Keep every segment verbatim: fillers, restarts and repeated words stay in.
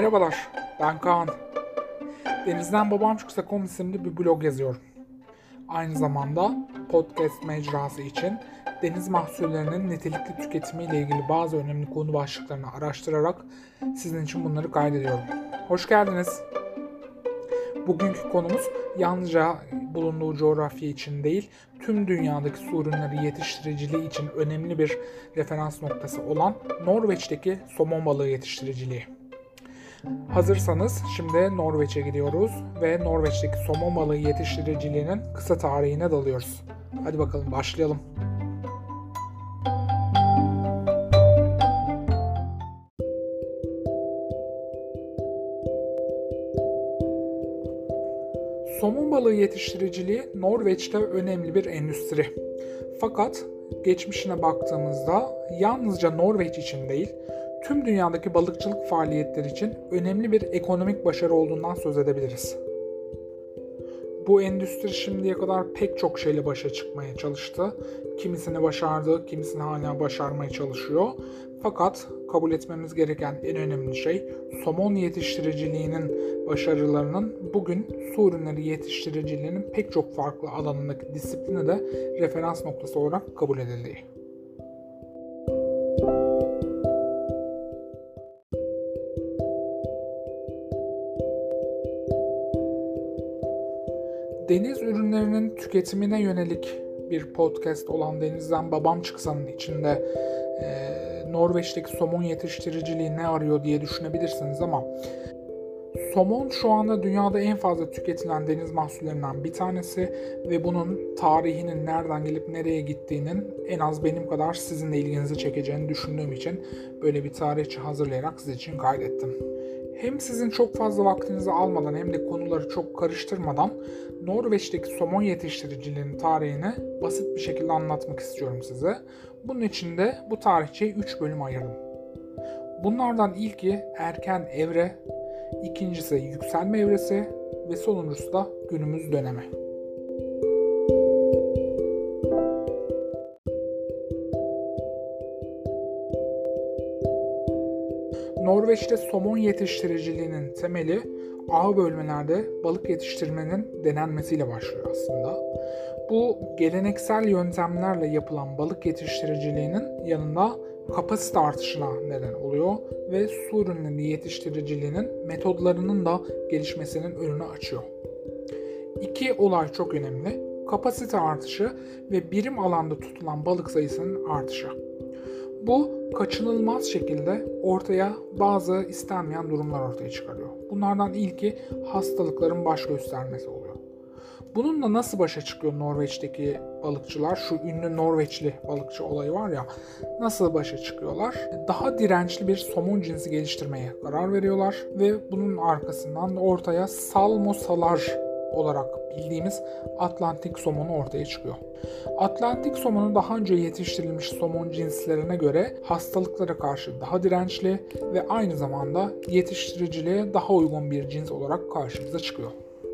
Merhabalar, ben Kaan. Denizden Babam Çıksa nokta com isimli bir blog yazıyorum. Aynı zamanda podcast mecrası için deniz mahsullerinin nitelikli tüketimiyle ilgili bazı önemli konu başlıklarını araştırarak sizin için bunları kaydediyorum. Hoş geldiniz. Bugünkü konumuz yalnızca bulunduğu coğrafya için değil, tüm dünyadaki su ürünleri yetiştiriciliği için önemli bir referans noktası olan Norveç'teki somon balığı yetiştiriciliği. Hazırsanız şimdi Norveç'e gidiyoruz ve Norveç'teki somon balığı yetiştiriciliğinin kısa tarihine dalıyoruz. Hadi bakalım başlayalım. Somon balığı yetiştiriciliği Norveç'te önemli bir endüstri. Fakat geçmişine baktığımızda yalnızca Norveç için değil, tüm dünyadaki balıkçılık faaliyetleri için önemli bir ekonomik başarı olduğundan söz edebiliriz. Bu endüstri şimdiye kadar pek çok şeyle başa çıkmaya çalıştı. Kimisini başardı, kimisini hala başarmaya çalışıyor. Fakat kabul etmemiz gereken en önemli şey somon yetiştiriciliğinin başarılarının bugün su ürünleri yetiştiriciliğinin pek çok farklı alanındaki disipline de referans noktası olarak kabul edildiği. Deniz ürünlerinin tüketimine yönelik bir podcast olan Denizden Babam Çıksa'nın içinde e, Norveç'teki somon yetiştiriciliği ne arıyor diye düşünebilirsiniz ama somon şu anda dünyada en fazla tüketilen deniz mahsullerinden bir tanesi ve bunun tarihinin nereden gelip nereye gittiğinin en az benim kadar sizin de ilginizi çekeceğini düşündüğüm için böyle bir tarihçi hazırlayarak siz için kaydettim. Hem sizin çok fazla vaktinizi almadan hem de konuları çok karıştırmadan Norveç'teki somon yetiştiriciliğinin tarihini basit bir şekilde anlatmak istiyorum size. Bunun için de bu tarihçeyi üç bölüm ayırdım. Bunlardan ilki erken evre, ikincisi yükselme evresi ve sonuncusu da günümüz dönemi. Norveç'te somon yetiştiriciliğinin temeli ağ bölmelerde balık yetiştirmenin denenmesiyle başlıyor aslında. Bu geleneksel yöntemlerle yapılan balık yetiştiriciliğinin yanında kapasite artışına neden oluyor ve su ürünleri yetiştiriciliğinin metodlarının da gelişmesinin önünü açıyor. İki olay çok önemli: kapasite artışı ve birim alanda tutulan balık sayısının artışı. Bu kaçınılmaz şekilde ortaya bazı istenmeyen durumlar ortaya çıkarıyor. Bunlardan ilki hastalıkların baş göstermesi oluyor. Bununla nasıl başa çıkıyor Norveç'teki balıkçılar? Şu ünlü Norveçli balıkçı olayı var ya, nasıl başa çıkıyorlar? Daha dirençli bir somon cinsi geliştirmeye karar veriyorlar ve bunun arkasından ortaya salmosalar olarak bildiğimiz Atlantik somonu ortaya çıkıyor. Atlantik somonu daha önce yetiştirilmiş somon cinslerine göre hastalıklara karşı daha dirençli ve aynı zamanda yetiştiriciliğe daha uygun bir cins olarak karşımıza çıkıyor.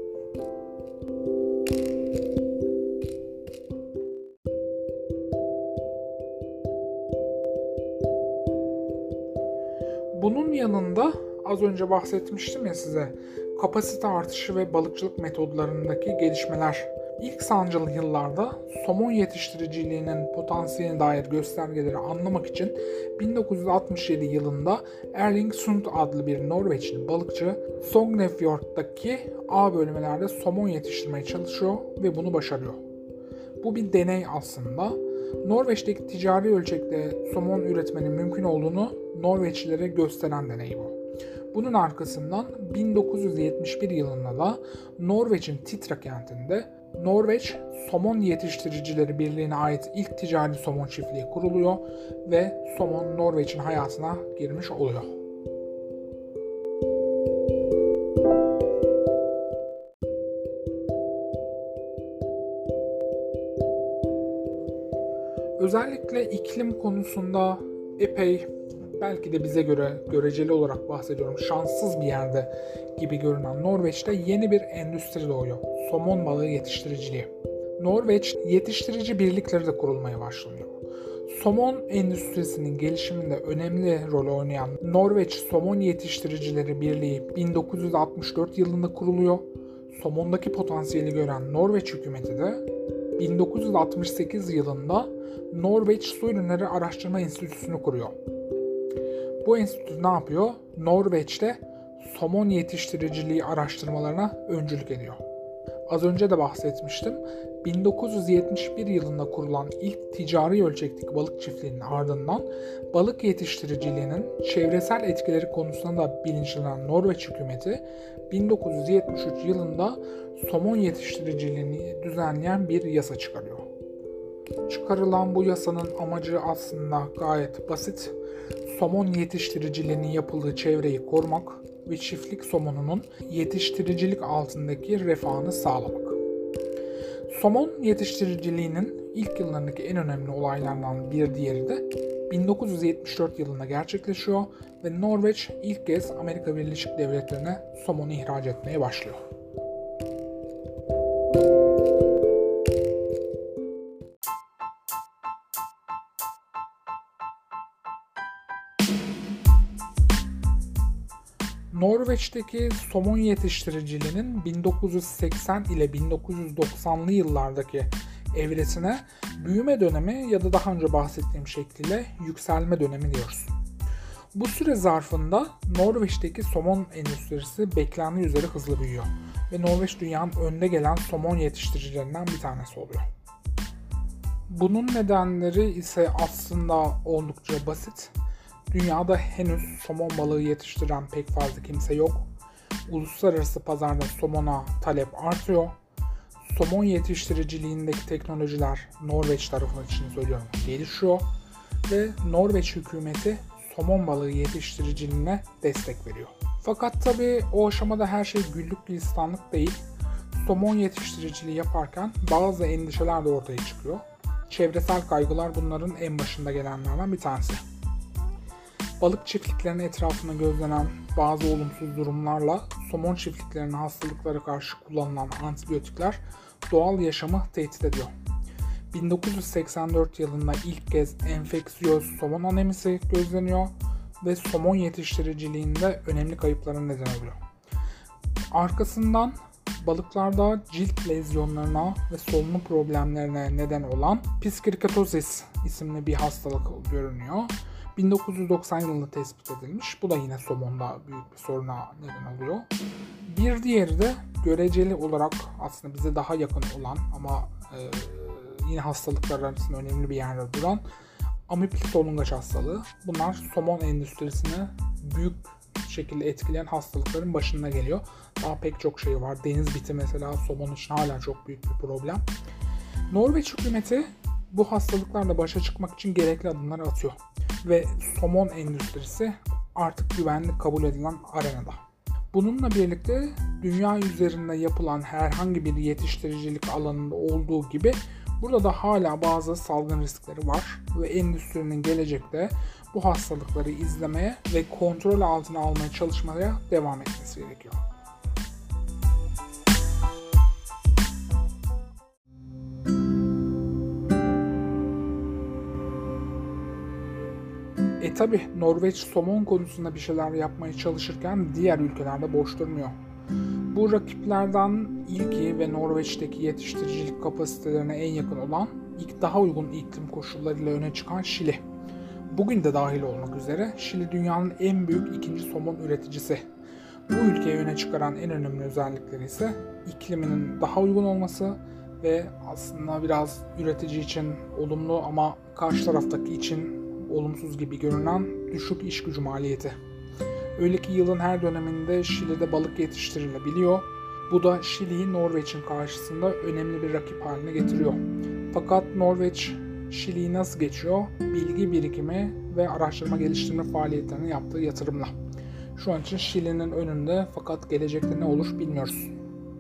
Bunun yanında az önce bahsetmiştim ya size, kapasite artışı ve balıkçılık metodlarındaki gelişmeler. İlk sancılı yıllarda somon yetiştiriciliğinin potansiyeline dair göstergeleri anlamak için bin dokuz yüz altmış yedi yılında Erling Sund adlı bir Norveçli balıkçı Sognefjord'daki ağ bölmelerde somon yetiştirmeye çalışıyor ve bunu başarıyor. Bu bir deney aslında. Norveç'teki ticari ölçekte somon üretmenin mümkün olduğunu Norveçlilere gösteren deney bu. Bunun arkasından bin dokuz yüz yetmiş bir yılında da Norveç'in Titra kentinde Norveç Somon Yetiştiricileri Birliği'ne ait ilk ticari somon çiftliği kuruluyor ve somon Norveç'in hayatına girmiş oluyor. Özellikle iklim konusunda epey, belki de bize göre göreceli olarak bahsediyorum, şanssız bir yerde gibi görünen Norveç'te yeni bir endüstri doğuyor: somon balığı yetiştiriciliği. Norveç yetiştirici birlikleri de kurulmaya başlanıyor. Somon endüstrisinin gelişiminde önemli rol oynayan Norveç Somon Yetiştiricileri Birliği bin dokuz yüz altmış dört yılında kuruluyor. Somondaki potansiyeli gören Norveç hükümeti de bin dokuz yüz altmış sekiz yılında Norveç Su Ürünleri Araştırma Enstitüsü'nü kuruyor. Bu enstitü ne yapıyor? Norveç'te somon yetiştiriciliği araştırmalarına öncülük ediyor. Az önce de bahsetmiştim. bin dokuz yüz yetmiş bir yılında kurulan ilk ticari ölçekteki balık çiftliğinin ardından balık yetiştiriciliğinin çevresel etkileri konusunda da bilinçlenen Norveç hükümeti bin dokuz yüz yetmiş üç yılında somon yetiştiriciliğini düzenleyen bir yasa çıkarıyor. Çıkarılan bu yasanın amacı aslında gayet basit. Somon yetiştiriciliğinin yapıldığı çevreyi korumak ve çiftlik somonunun yetiştiricilik altındaki refahını sağlamak. Somon yetiştiriciliğinin ilk yıllarındaki en önemli olaylardan bir diğeri de bin dokuz yüz yetmiş dört yılında gerçekleşiyor ve Norveç ilk kez Amerika Birleşik Devletleri'ne somonu ihraç etmeye başlıyor. Norveç'teki somon yetiştiriciliğinin bin dokuz yüz seksen ile bin dokuz yüz doksanlı yıllardaki evresine büyüme dönemi ya da daha önce bahsettiğim şekliyle yükselme dönemi diyoruz. Bu süre zarfında Norveç'teki somon endüstrisi beklendiği üzere hızlı büyüyor ve Norveç dünyanın önde gelen somon yetiştiricilerinden bir tanesi oluyor. Bunun nedenleri ise aslında oldukça basit. Dünyada henüz somon balığı yetiştiren pek fazla kimse yok. Uluslararası pazarda somona talep artıyor. Somon yetiştiriciliğindeki teknolojiler Norveç tarafı için söylüyorum gelişiyor ve Norveç hükümeti somon balığı yetiştiriciliğine destek veriyor. Fakat tabii o aşamada her şey güllük gülistanlık değil. Somon yetiştiriciliği yaparken bazı endişeler de ortaya çıkıyor. Çevresel kaygılar bunların en başında gelenlerden bir tanesi. Balık çiftliklerinin etrafında gözlenen bazı olumsuz durumlarla somon çiftliklerinin hastalıklara karşı kullanılan antibiyotikler doğal yaşamı tehdit ediyor. bin dokuz yüz seksen dört yılında ilk kez enfeksiyöz somon anemisi gözleniyor ve somon yetiştiriciliğinde önemli kayıplara neden oluyor. Arkasından balıklarda cilt lezyonlarına ve solunum problemlerine neden olan piskirkatozis isimli bir hastalık görünüyor. bin dokuz yüz doksan yılında tespit edilmiş. Bu da yine somonda büyük bir soruna neden oluyor. Bir diğeri de göreceli olarak aslında bize daha yakın olan ama e, yine hastalıklar arasında önemli bir yerde duran amipli solungaç hastalığı. Bunlar somon endüstrisini büyük şekilde etkileyen hastalıkların başında geliyor. Daha pek çok şey var. Deniz biti mesela somon için hala çok büyük bir problem. Norveç hükümeti bu hastalıklarla başa çıkmak için gerekli adımları atıyor. Ve somon endüstrisi artık güvenli kabul edilen arenada. Bununla birlikte dünya üzerinde yapılan herhangi bir yetiştiricilik alanında olduğu gibi burada da hala bazı salgın riskleri var ve endüstrinin gelecekte bu hastalıkları izlemeye ve kontrol altına almaya çalışmaya devam etmesi gerekiyor. E tabi Norveç somon konusunda bir şeyler yapmaya çalışırken diğer ülkelerde boş durmuyor. Bu rakiplerden ilki ve Norveç'teki yetiştiricilik kapasitelerine en yakın olan, ilk daha uygun iklim koşullarıyla öne çıkan Şili. Bugün de dahil olmak üzere Şili dünyanın en büyük ikinci somon üreticisi. Bu ülkeyi öne çıkaran en önemli özellikleri ise ikliminin daha uygun olması ve aslında biraz üretici için olumlu ama karşı taraftaki için olumsuz gibi görünen düşük iş gücü maliyeti. Öyle ki yılın her döneminde Şili'de balık yetiştirilebiliyor. Bu da Şili'yi Norveç'in karşısında önemli bir rakip haline getiriyor. Fakat Norveç, Şili'yi nasıl geçiyor? Bilgi birikimi ve araştırma geliştirme faaliyetlerine yaptığı yatırımla. Şu an için Şili'nin önünde fakat gelecekte ne olur bilmiyoruz.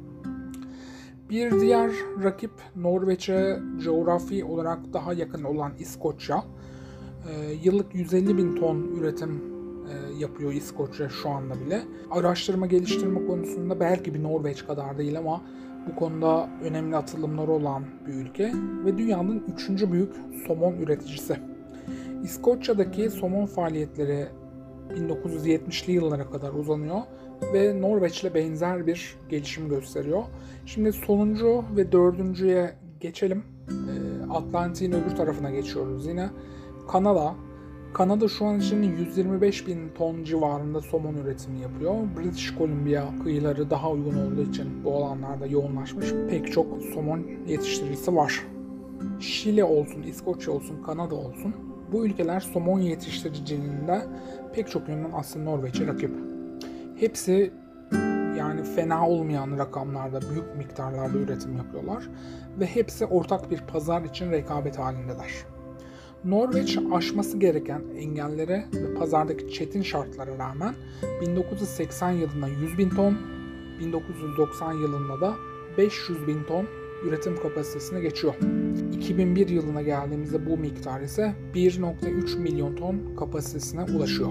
Bir diğer rakip Norveç'e coğrafi olarak daha yakın olan İskoçya. Ee, yıllık yüz elli bin ton üretim e, yapıyor İskoçya şu anda bile. Araştırma geliştirme konusunda belki bir Norveç kadar değil ama bu konuda önemli atılımları olan bir ülke ve dünyanın üçüncü büyük somon üreticisi. İskoçya'daki somon faaliyetleri bin dokuz yüz yetmişli yıllara kadar uzanıyor ve Norveç'le benzer bir gelişim gösteriyor. Şimdi sonuncu ve dördüncüye geçelim. Atlantik'in öbür tarafına geçiyoruz yine. Kanada. Kanada şu an için yüz yirmi beş bin ton civarında somon üretimi yapıyor. British Columbia kıyıları daha uygun olduğu için bu alanlarda yoğunlaşmış pek çok somon yetiştiricisi var. Şili olsun, İskoçya olsun, Kanada olsun. Bu ülkeler somon yetiştiriciliğinde pek çok yönden aslında Norveç'e rakip. Hepsi yani fena olmayan rakamlarda, büyük miktarlarda üretim yapıyorlar ve hepsi ortak bir pazar için rekabet halindeler. Norveç aşması gereken engellere ve pazardaki çetin şartlara rağmen bin dokuz yüz seksen yılında yüz bin ton, bin dokuz yüz doksan yılında da beş yüz bin ton üretim kapasitesine geçiyor. iki bin bir yılına geldiğimizde bu miktar ise bir nokta üç milyon ton kapasitesine ulaşıyor.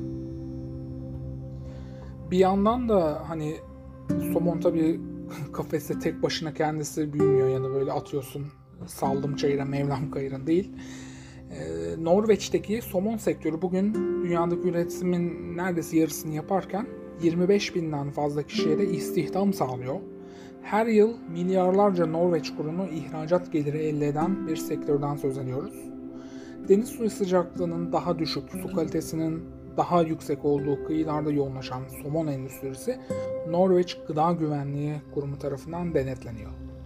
Bir yandan da hani somon tabii kafeste tek başına kendisi büyümüyor ya da böyle atıyorsun saldım çayıra mevlam kayıra değil. Ee, Norveç'teki somon sektörü bugün dünyadaki üretimin neredeyse yarısını yaparken yirmi beş binden fazla kişiye de istihdam sağlıyor. Her yıl milyarlarca Norveç kurunu ihracat geliri elde eden bir sektörden söz ediyoruz. Deniz suyu sıcaklığının daha düşük, su kalitesinin daha yüksek olduğu kıyılarda yoğunlaşan somon endüstrisi Norveç Gıda Güvenliği Kurumu tarafından denetleniyor.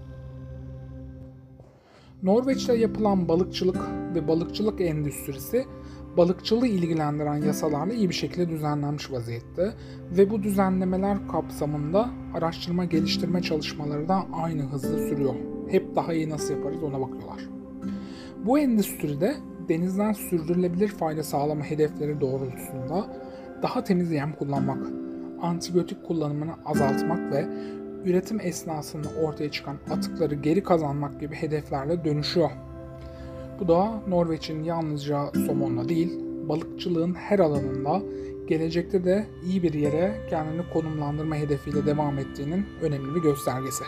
Norveç'te yapılan balıkçılık ve balıkçılık endüstrisi balıkçılığı ilgilendiren yasalarla iyi bir şekilde düzenlenmiş vaziyette ve bu düzenlemeler kapsamında araştırma geliştirme çalışmaları da aynı hızda sürüyor. Hep daha iyi nasıl yaparız ona bakıyorlar. Bu endüstride denizden sürdürülebilir fayda sağlama hedefleri doğrultusunda daha temiz yem kullanmak, antibiyotik kullanımını azaltmak ve üretim esnasında ortaya çıkan atıkları geri kazanmak gibi hedeflerle dönüşüyor. Bu da Norveç'in yalnızca somonla değil, balıkçılığın her alanında gelecekte de iyi bir yere kendini konumlandırma hedefiyle devam ettiğinin önemli bir göstergesi.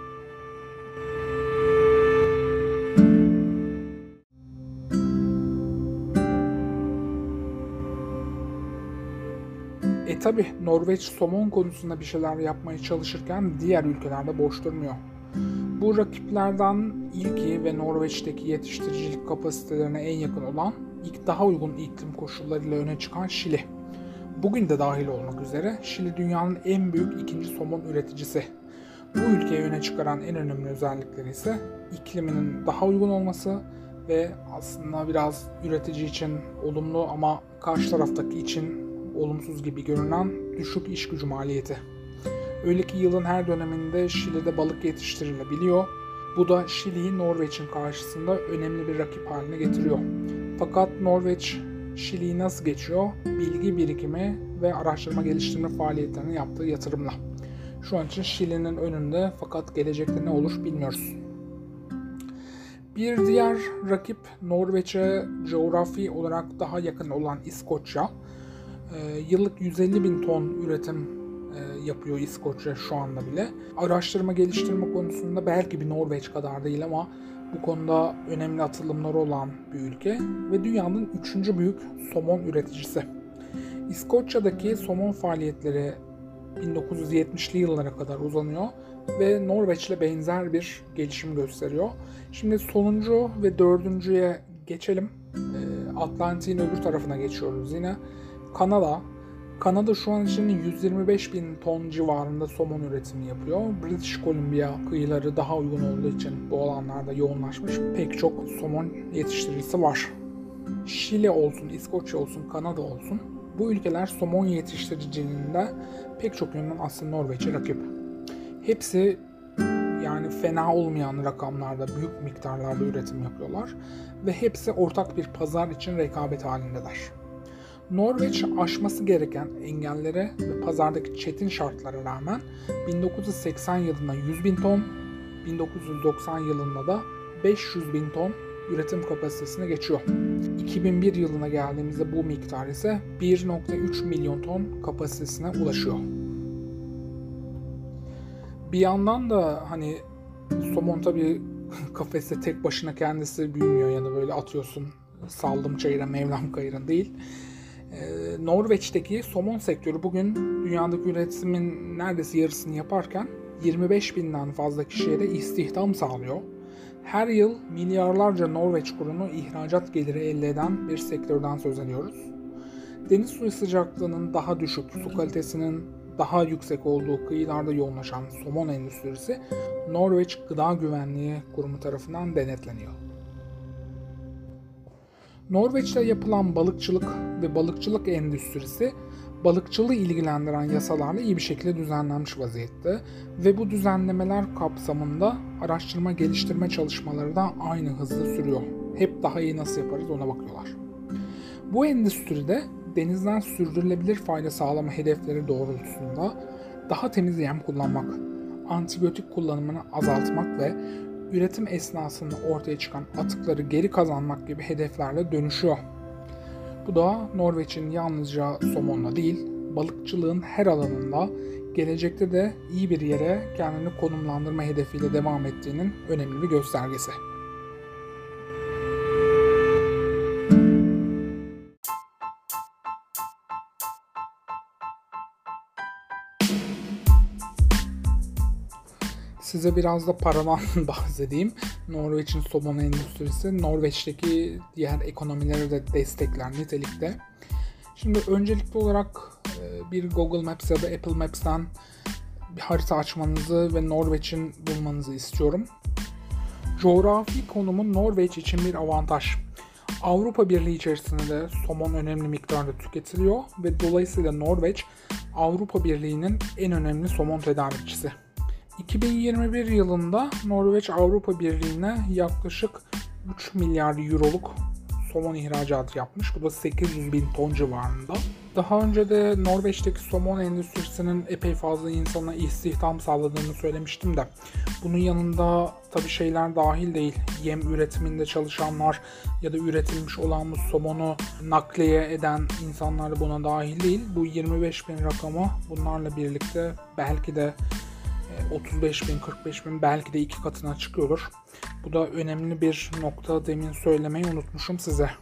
E tabi Norveç somon konusunda bir şeyler yapmaya çalışırken diğer ülkelerde boş durmuyor. Bu rakiplerden ilki ve Norveç'teki yetiştiricilik kapasitelerine en yakın olan, ilk daha uygun iklim koşullarıyla öne çıkan Şili. Bugün de dahil olmak üzere Şili dünyanın en büyük ikinci somon üreticisi. Bu ülkeyi öne çıkaran en önemli özellikleri ise ikliminin daha uygun olması ve aslında biraz üretici için olumlu ama karşı taraftaki için olumsuz gibi görünen düşük iş gücü maliyeti. Öyle ki yılın her döneminde Şili'de balık yetiştirilebiliyor. Bu da Şili'yi Norveç'in karşısında önemli bir rakip haline getiriyor. Fakat Norveç, Şili'yi nasıl geçiyor? Bilgi birikimi ve araştırma geliştirme faaliyetlerine yaptığı yatırımla. Şu an için Şili'nin önünde fakat gelecekte ne olur bilmiyoruz. Bir diğer rakip Norveç'e coğrafi olarak daha yakın olan İskoçya. Yıllık yüz elli bin ton üretim yapıyor İskoçya şu anda bile. Araştırma geliştirme konusunda belki bir Norveç kadar değil ama bu konuda önemli atılımları olan bir ülke ve dünyanın üçüncü büyük somon üreticisi. İskoçya'daki somon faaliyetleri bin dokuz yüz yetmişli yıllara kadar uzanıyor ve Norveç'le benzer bir gelişim gösteriyor. Şimdi sonuncu ve dördüncüye geçelim. Atlantik'in öbür tarafına geçiyoruz yine. Kanada. Kanada şu an için yüz yirmi beş bin ton civarında somon üretimi yapıyor. British Columbia kıyıları daha uygun olduğu için bu alanlarda yoğunlaşmış pek çok somon yetiştiricisi var. Şili olsun, İskoçya olsun, Kanada olsun. Bu ülkeler somon yetiştiriciliğinde pek çok yönden aslında Norveç'e rakip. Hepsi yani fena olmayan rakamlarda, büyük miktarlarda üretim yapıyorlar ve hepsi ortak bir pazar için rekabet halindeler. Norveç aşması gereken engellere ve pazardaki çetin şartlara rağmen bin dokuz yüz seksen yılında yüz bin ton, bin dokuz yüz doksan yılında da beş yüz bin ton üretim kapasitesine geçiyor. iki bin bir yılına geldiğimizde bu miktar ise bir nokta üç milyon ton kapasitesine ulaşıyor. Bir yandan da hani somon tabii kafeste tek başına kendisi büyümüyor ya da böyle atıyorsun saldım çayıra Mevlam kayırın değil. Ee, Norveç'teki somon sektörü bugün dünyadaki üretimin neredeyse yarısını yaparken yirmi beş binden fazla kişiye de istihdam sağlıyor. Her yıl milyarlarca Norveç kurunu ihracat geliri elde eden bir sektörden söz ediyoruz. Deniz suyu sıcaklığının daha düşük, su kalitesinin daha yüksek olduğu kıyılarda yoğunlaşan somon endüstrisi Norveç Gıda Güvenliği Kurumu tarafından denetleniyor. Norveç'te yapılan balıkçılık ve balıkçılık endüstrisi balıkçılığı ilgilendiren yasalarla iyi bir şekilde düzenlenmiş vaziyette ve bu düzenlemeler kapsamında araştırma geliştirme çalışmaları da aynı hızla sürüyor. Hep daha iyi nasıl yaparız ona bakıyorlar. Bu endüstride denizden sürdürülebilir fayda sağlama hedefleri doğrultusunda daha temiz yem kullanmak, antibiyotik kullanımını azaltmak ve üretim esnasında ortaya çıkan atıkları geri kazanmak gibi hedeflerle dönüşüyor. Bu da Norveç'in yalnızca somonla değil, balıkçılığın her alanında gelecekte de iyi bir yere kendini konumlandırma hedefiyle devam ettiğinin önemli bir göstergesi. Size biraz da paradan bahsedeyim. Norveç'in somon endüstrisi Norveç'teki diğer ekonomileri de destekler nitelikte. Şimdi öncelikli olarak bir Google Maps ya da Apple Maps'ten bir harita açmanızı ve Norveç'in bulmanızı istiyorum. Coğrafi konumu Norveç için bir avantaj. Avrupa Birliği içerisinde de somon önemli miktarda tüketiliyor ve dolayısıyla Norveç Avrupa Birliği'nin en önemli somon tedarikçisi. iki bin yirmi bir yılında Norveç Avrupa Birliği'ne yaklaşık üç milyar euroluk somon ihracatı yapmış. Bu da sekiz yüz bin ton civarında. Daha önce de Norveç'teki somon endüstrisinin epey fazla insana istihdam sağladığını söylemiştim de bunun yanında tabii şeyler dahil değil. Yem üretiminde çalışanlar ya da üretilmiş olan bu somonu nakliye eden insanlar da buna dahil değil. Bu yirmi beş bin rakamı bunlarla birlikte belki de otuz beş bin, kırk beş bin belki de iki katına çıkıyordur. Bu da önemli bir nokta, demin söylemeyi unutmuşum size.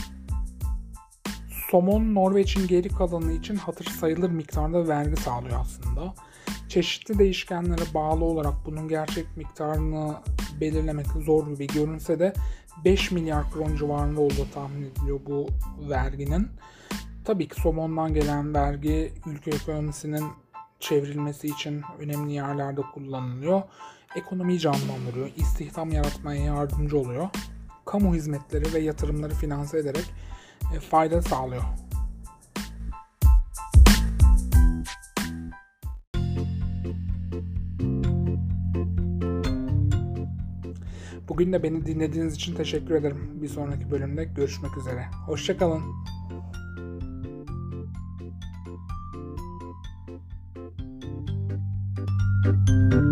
Somon Norveç'in geri kalanı için hatır sayılır miktarda vergi sağlıyor aslında. Çeşitli değişkenlere bağlı olarak bunun gerçek miktarını belirlemek zor gibi görünse de beş milyar kron civarında olduğu tahmin ediliyor bu verginin. Tabii ki somondan gelen vergi ülke ekonomisinin çevrilmesi için önemli yerlerde kullanılıyor. Ekonomiyi canlandırıyor, istihdam yaratmaya yardımcı oluyor. Kamu hizmetleri ve yatırımları finanse ederek e, fayda sağlıyor. Bugün de beni dinlediğiniz için teşekkür ederim. Bir sonraki bölümde görüşmek üzere. Hoşça kalın. Thank you.